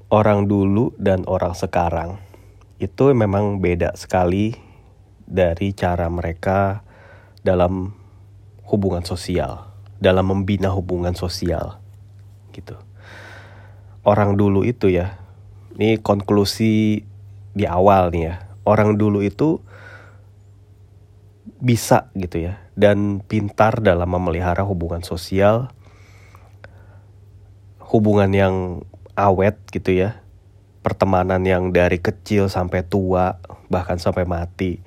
orang dulu dan orang sekarang itu memang beda sekali dari cara mereka dalam hubungan sosial, dalam membina hubungan sosial gitu. Orang dulu itu ya, ini konklusi di awal nih ya, orang dulu itu bisa gitu ya, dan pintar dalam memelihara hubungan sosial, hubungan yang awet gitu ya, pertemanan yang dari kecil sampai tua, bahkan sampai mati,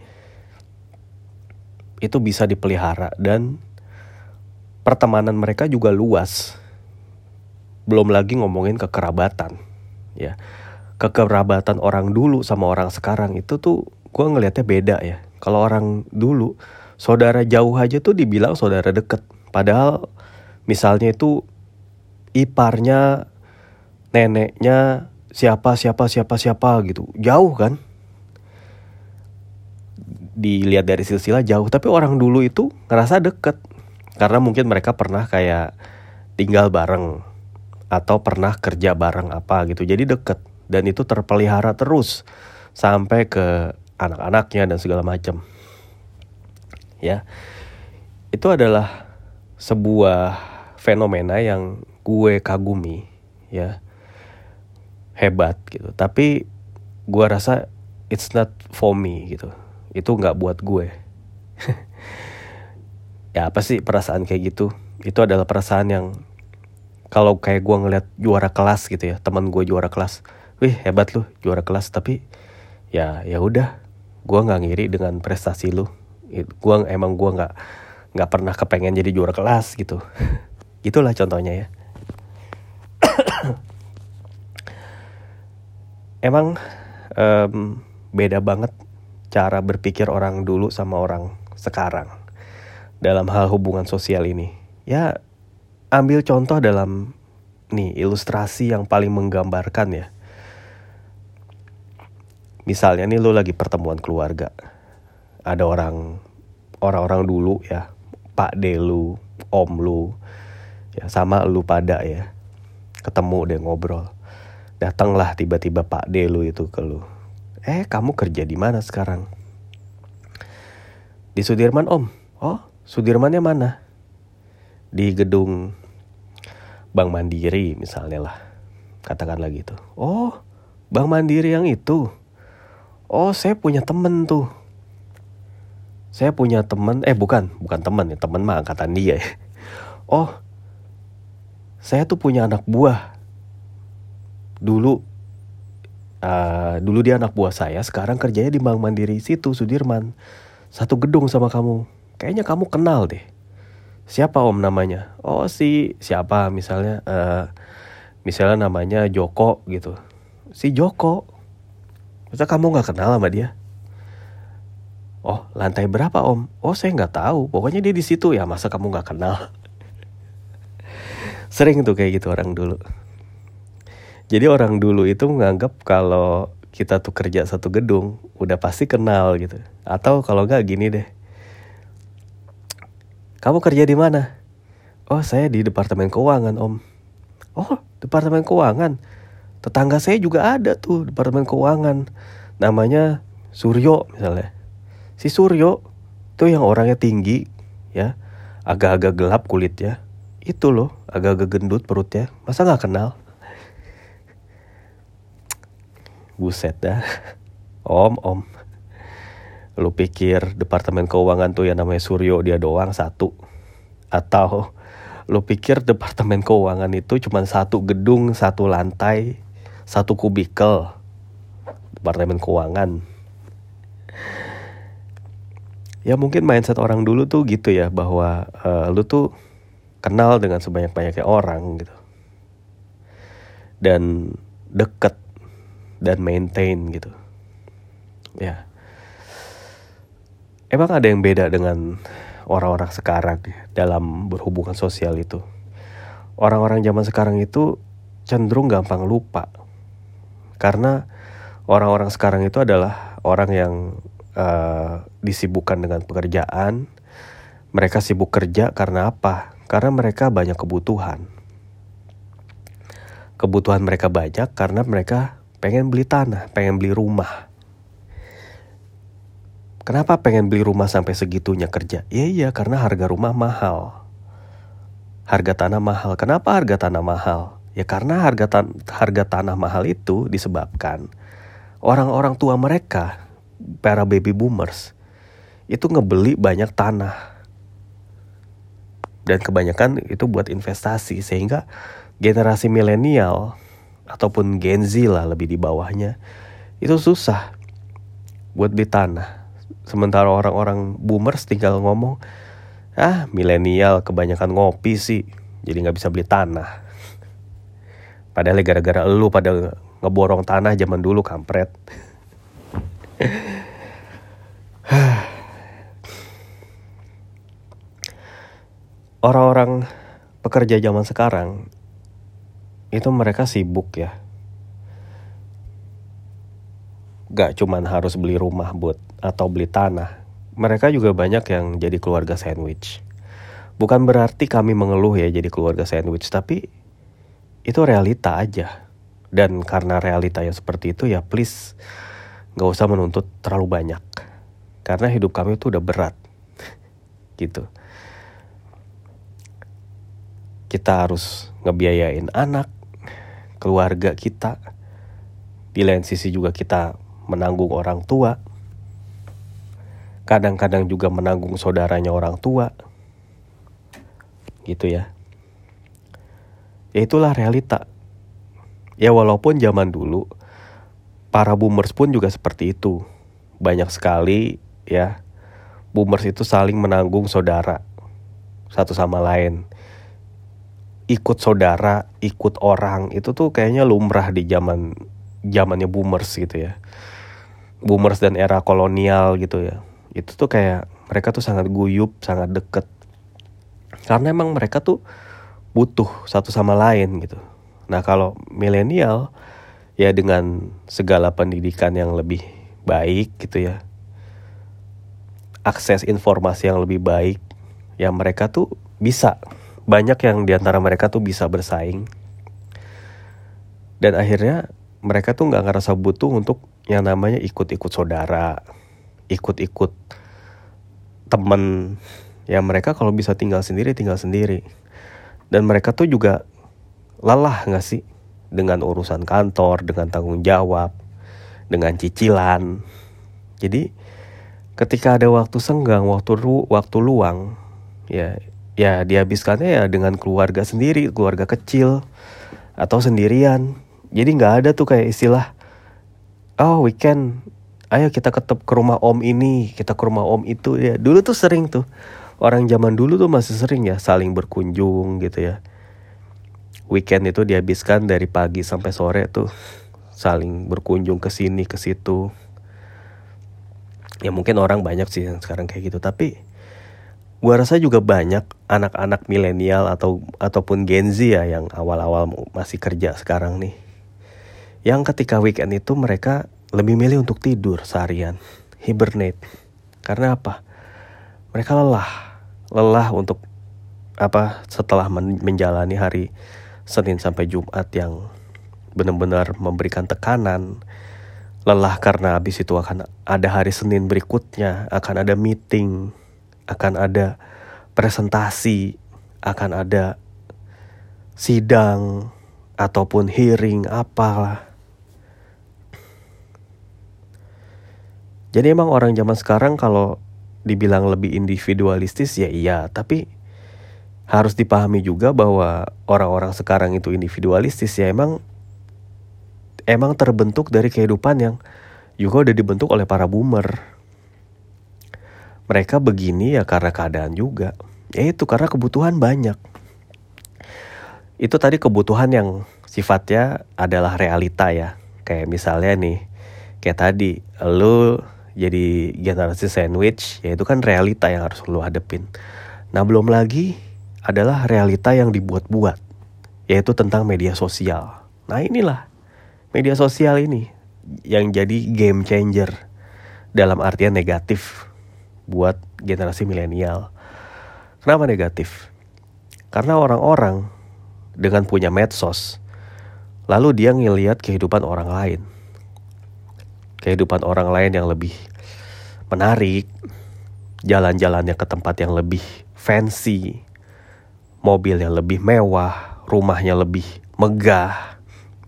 itu bisa dipelihara. Dan pertemanan mereka juga luas. Belum lagi ngomongin kekerabatan ya. Kekerabatan orang dulu sama orang sekarang itu tuh gue ngelihatnya beda ya. Kalau orang dulu, saudara jauh aja tuh dibilang saudara deket. Padahal misalnya itu iparnya, neneknya siapa gitu. Jauh kan? Dilihat dari silsilah jauh. Tapi orang dulu itu ngerasa deket. Karena mungkin mereka pernah kayak tinggal bareng, atau pernah kerja bareng apa gitu. Jadi deket. Dan itu terpelihara terus sampai ke anak-anaknya dan segala macam. Ya. Itu adalah sebuah fenomena yang gue kagumi ya. Hebat gitu. Tapi gue rasa it's not for me gitu. Itu gak buat gue. Ya apa sih perasaan kayak gitu? Itu adalah perasaan yang kalau kayak gue ngeliat juara kelas gitu ya, teman gue juara kelas, wih hebat lu juara kelas, tapi ya udah, gue nggak ngiri dengan prestasi lu. Gue nggak pernah kepengen jadi juara kelas gitu. Itulah contohnya ya. Emang beda banget cara berpikir orang dulu sama orang sekarang dalam hal hubungan sosial ini. Ya ambil contoh dalam nih ilustrasi yang paling menggambarkan ya. Misalnya nih lu lagi pertemuan keluarga. Ada orang-orang dulu ya, Pak De lu, Om lu, ya sama lu pada ya. Ketemu deh ngobrol. Datanglah tiba-tiba Pak De lu itu ke lu. Kamu kerja di mana sekarang? Di Sudirman Om. Oh, Sudirmannya mana? Di gedung Bank Mandiri misalnya lah, katakanlah gitu. Oh, Bank Mandiri yang itu. Oh, saya punya temen tuh. Saya punya temen, bukan temen ya, temen mah angkatan dia ya. Oh, saya tuh punya anak buah. Dulu dia anak buah saya, sekarang kerjanya di Bank Mandiri situ, Sudirman. Satu gedung sama kamu. Kayaknya kamu kenal deh. Siapa Om namanya? Oh si siapa misalnya namanya Joko gitu. Si Joko. Masa kamu gak kenal sama dia? Oh lantai berapa Om? Oh saya gak tahu. Pokoknya dia di situ ya. Masa kamu gak kenal? Sering tuh kayak gitu orang dulu. Jadi orang dulu itu menganggap kalau kita tuh kerja satu gedung udah pasti kenal gitu. Atau kalau gak gini deh. Kamu kerja di mana? Oh, saya di Departemen Keuangan, Om. Oh, Departemen Keuangan. Tetangga saya juga ada tuh Departemen Keuangan. Namanya Suryo misalnya. Si Suryo tuh yang orangnya tinggi, ya. Agak-agak gelap kulitnya. Itu loh, agak-agak gendut perutnya. Masa gak kenal? Buset dah. Om. Lu pikir Departemen Keuangan tuh yang namanya Suryo dia doang satu? Atau lu pikir Departemen Keuangan itu cuma satu gedung, satu lantai, satu kubikel? Departemen Keuangan. Ya mungkin mindset orang dulu tuh gitu ya, bahwa lu tuh kenal dengan sebanyak-banyaknya orang gitu. Dan deket dan maintain gitu. Ya. Emang ada yang beda dengan orang-orang sekarang dalam berhubungan sosial itu. Orang-orang zaman sekarang itu cenderung gampang lupa. Karena orang-orang sekarang itu adalah orang yang disibukkan dengan pekerjaan. Mereka sibuk kerja karena apa? Karena mereka banyak kebutuhan. Kebutuhan mereka banyak karena mereka pengen beli tanah, pengen beli rumah. Kenapa pengen beli rumah sampai segitunya kerja? Iya, karena harga rumah mahal. Harga tanah mahal. Kenapa harga tanah mahal? Ya karena harga tanah mahal itu disebabkan orang-orang tua mereka, para baby boomers, itu ngebeli banyak tanah. Dan kebanyakan itu buat investasi. Sehingga generasi milenial ataupun Gen Z lah lebih di bawahnya, itu susah buat beli tanah. Sementara orang-orang boomers tinggal ngomong, milenial kebanyakan ngopi sih, jadi gak bisa beli tanah. Padahal gara-gara elu pada ngeborong tanah zaman dulu, kampret. Orang-orang pekerja zaman sekarang itu mereka sibuk ya. Gak cuman harus beli rumah atau beli tanah. Mereka juga banyak yang jadi keluarga sandwich. Bukan berarti kami mengeluh ya jadi keluarga sandwich, tapi itu realita aja. Dan karena realita yang seperti itu ya please gak usah menuntut terlalu banyak. Karena hidup kami itu udah berat. Gitu. Kita harus ngebiayain anak, keluarga kita. Di lain sisi juga kita menanggung orang tua. Kadang-kadang juga menanggung saudaranya orang tua. Gitu ya. Ya itulah realita. Ya walaupun zaman dulu para boomers pun juga seperti itu. Banyak sekali ya boomers itu saling menanggung saudara satu sama lain. Ikut saudara, ikut orang, itu tuh kayaknya lumrah di zamannya boomers gitu ya. Boomers dan era kolonial gitu ya. Itu tuh kayak mereka tuh sangat guyup, sangat deket. Karena emang mereka tuh butuh satu sama lain gitu. Nah kalau milenial ya dengan segala pendidikan yang lebih baik gitu ya, akses informasi yang lebih baik, ya mereka tuh bisa, banyak yang diantara mereka tuh bisa bersaing. Dan akhirnya mereka tuh gak ngerasa butuh untuk yang namanya ikut-ikut saudara, ikut-ikut temen. Ya mereka kalau bisa tinggal sendiri, tinggal sendiri. Dan mereka tuh juga lelah gak sih dengan urusan kantor, dengan tanggung jawab, dengan cicilan. Jadi ketika ada waktu senggang, waktu luang, ya dihabiskannya ya dengan keluarga sendiri, keluarga kecil atau sendirian. Jadi nggak ada tuh kayak istilah, weekend, ayo kita ke rumah om ini, kita ke rumah om itu ya. Dulu tuh sering tuh, orang zaman dulu tuh masih sering ya saling berkunjung gitu ya. Weekend itu dihabiskan dari pagi sampai sore tuh saling berkunjung ke sini ke situ. Ya mungkin orang banyak sih yang sekarang kayak gitu, tapi gua rasa juga banyak anak-anak milenial ataupun Gen Z ya yang awal-awal masih kerja sekarang nih, yang ketika weekend itu mereka lebih milih untuk tidur seharian, hibernate. Karena apa? Mereka lelah untuk setelah menjalani hari Senin sampai Jumat yang benar-benar memberikan tekanan. Lelah karena habis itu akan ada hari Senin berikutnya, akan ada meeting, akan ada presentasi, akan ada sidang ataupun hearing apalah. Jadi emang orang zaman sekarang kalau dibilang lebih individualistis ya iya, tapi harus dipahami juga bahwa orang-orang sekarang itu individualistis ya emang terbentuk dari kehidupan yang juga udah dibentuk oleh para boomer. Mereka begini ya karena keadaan juga. Ya itu karena kebutuhan banyak. Itu tadi kebutuhan yang sifatnya adalah realita ya. Kayak misalnya nih, kayak tadi lu jadi generasi sandwich, ya itu kan realita yang harus lu hadepin. Nah belum lagi adalah realita yang dibuat-buat, yaitu tentang media sosial. Nah inilah media sosial ini yang jadi game changer dalam artian negatif buat generasi milenial. Kenapa negatif? Karena orang-orang dengan punya medsos Lalu dia ngelihat kehidupan orang lain. Kehidupan orang lain yang lebih menarik, jalan-jalannya ke tempat yang lebih fancy, mobil yang lebih mewah, rumahnya lebih megah.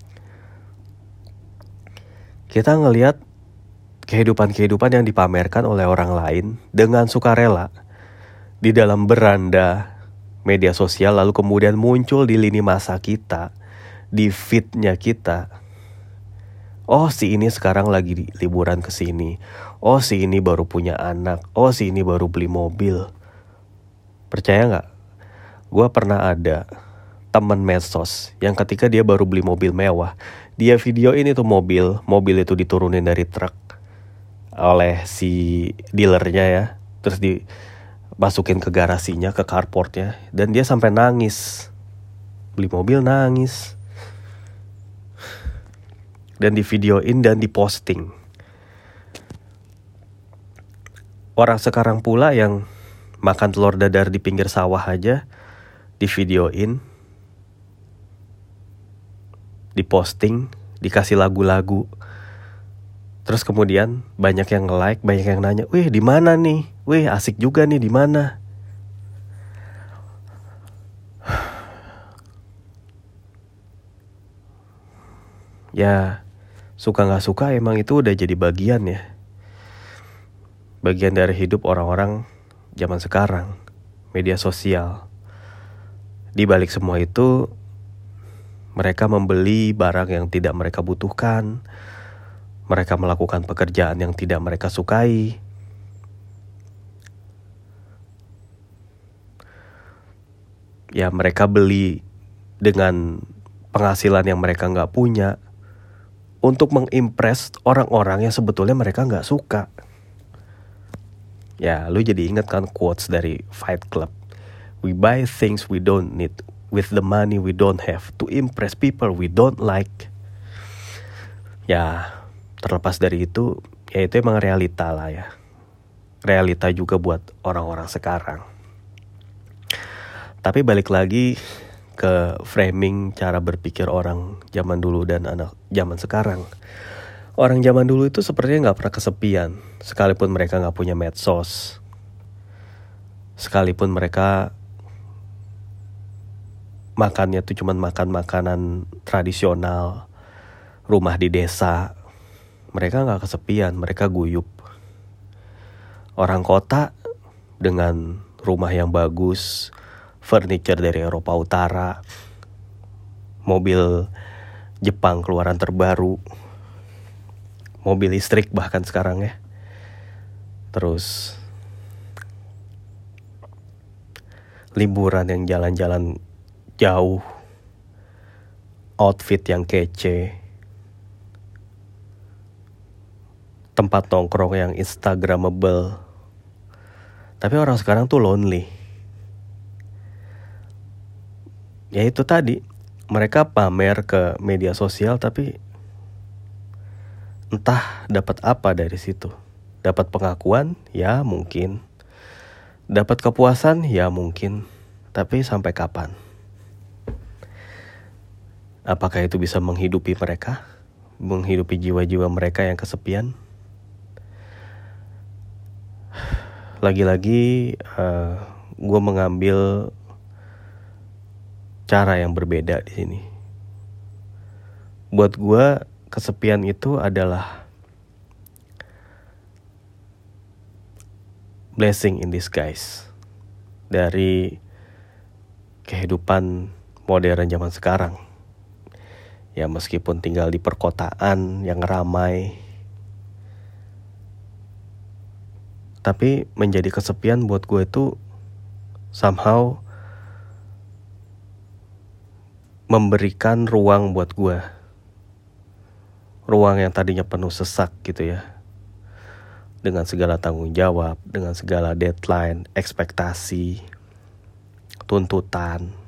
Kita ngelihat kehidupan-kehidupan yang dipamerkan oleh orang lain dengan sukarela di dalam beranda media sosial, lalu kemudian muncul di lini masa kita, di feed-nya kita. Oh, si ini sekarang lagi liburan ke sini. Oh, si ini baru punya anak. Oh, si ini baru beli mobil. Percaya gak? Gue pernah ada teman medsos yang ketika dia baru beli mobil mewah, dia videoin itu mobil itu diturunin dari truk oleh si dealernya ya, terus dimasukin ke garasinya, ke carportnya, dan dia sampai nangis. Beli mobil nangis. Dan di videoin dan diposting. Orang sekarang pula yang makan telur dadar di pinggir sawah aja di videoin, diposting, dikasih lagu-lagu. Terus kemudian banyak yang nge-like, banyak yang nanya, "Wih, di mana nih? Wih, asik juga nih, di mana?" Ya, suka gak suka emang itu udah jadi bagian ya. Bagian dari hidup orang-orang zaman sekarang, media sosial. Di balik semua itu, mereka membeli barang yang tidak mereka butuhkan. Mereka melakukan pekerjaan yang tidak mereka sukai. Ya, mereka beli dengan penghasilan yang mereka gak punya untuk mengimpress orang-orang yang sebetulnya mereka gak suka. Ya, lu jadi ingat kan quotes dari Fight Club. We buy things we don't need with the money we don't have to impress people we don't like. Ya, terlepas dari itu, ya itu emang realita lah ya. Realita juga buat orang-orang sekarang. Tapi balik lagi ke framing cara berpikir orang zaman dulu dan anak zaman sekarang. Orang zaman dulu itu sepertinya gak pernah kesepian, sekalipun mereka gak punya medsos. Sekalipun mereka makannya tuh cuman makan makanan tradisional, rumah di desa. Mereka gak kesepian, mereka guyup. Orang kota dengan rumah yang bagus, furniture dari Eropa Utara, mobil Jepang keluaran terbaru, mobil listrik bahkan sekarang ya. Terus liburan yang jalan-jalan jauh, outfit yang kece, tempat nongkrong yang instagramable. Tapi orang sekarang tuh lonely. Ya itu tadi, mereka pamer ke media sosial tapi entah dapat apa dari situ. Dapat pengakuan? Ya mungkin. Dapat kepuasan? Ya mungkin. Tapi sampai kapan? Apakah itu bisa menghidupi mereka? Menghidupi jiwa-jiwa mereka yang kesepian? Lagi-lagi gue mengambil cara yang berbeda di sini. Buat gue kesepian itu adalah blessing in disguise dari kehidupan modern zaman sekarang. Ya meskipun tinggal di perkotaan yang ramai, tapi menjadi kesepian buat gue itu somehow memberikan ruang buat gue. Ruang yang tadinya penuh sesak gitu ya. Dengan segala tanggung jawab, dengan segala deadline, ekspektasi, tuntutan,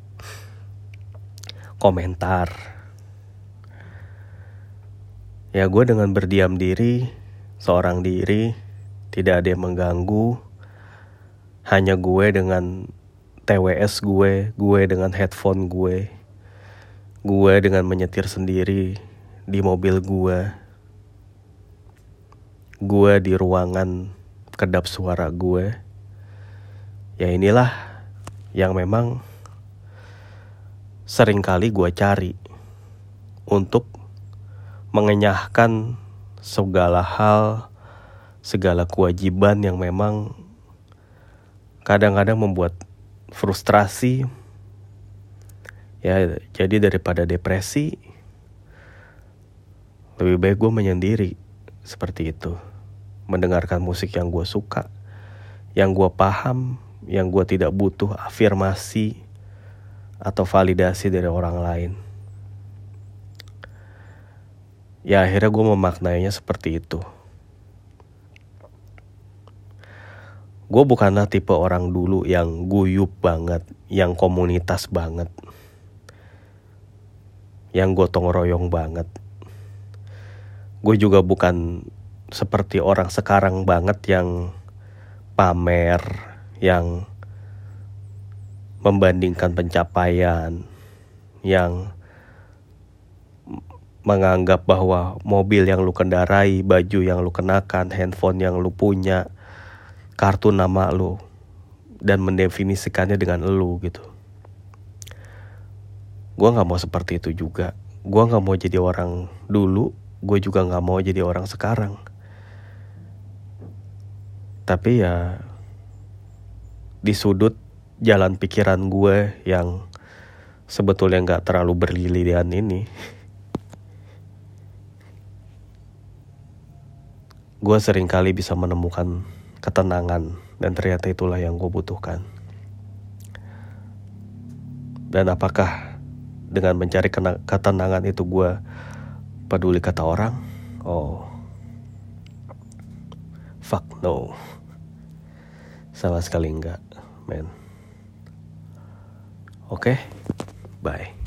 komentar. Ya gue dengan berdiam diri, seorang diri, tidak ada yang mengganggu. Hanya gue dengan TWS gue dengan headphone gue gue dengan menyetir sendiri di mobil gue di ruangan kedap suara gue. Ya inilah yang memang seringkali gue cari untuk mengenyahkan segala hal, segala kewajiban yang memang kadang-kadang membuat frustrasi. Ya, jadi daripada depresi, lebih baik gue menyendiri seperti itu. Mendengarkan musik yang gue suka, yang gue paham, yang gue tidak butuh afirmasi atau validasi dari orang lain. Ya akhirnya gue memaknainya seperti itu. Gue bukanlah tipe orang dulu yang guyup banget, yang komunitas banget, yang gotong royong banget. Gue juga bukan seperti orang sekarang banget yang pamer, yang membandingkan pencapaian, yang menganggap bahwa mobil yang lu kendarai, baju yang lu kenakan, handphone yang lu punya, kartu nama lu, dan mendefinisikannya dengan lu gitu. Gue gak mau seperti itu juga. Gue gak mau jadi orang dulu, gue juga gak mau jadi orang sekarang. Tapi ya di sudut jalan pikiran gue yang sebetulnya gak terlalu berlilian ini, gue seringkali bisa menemukan ketenangan, dan ternyata itulah yang gue butuhkan. Dan apakah dengan mencari ketenangan itu gue peduli kata orang? Oh, fuck no. Sama sekali enggak, men. Oke, bye.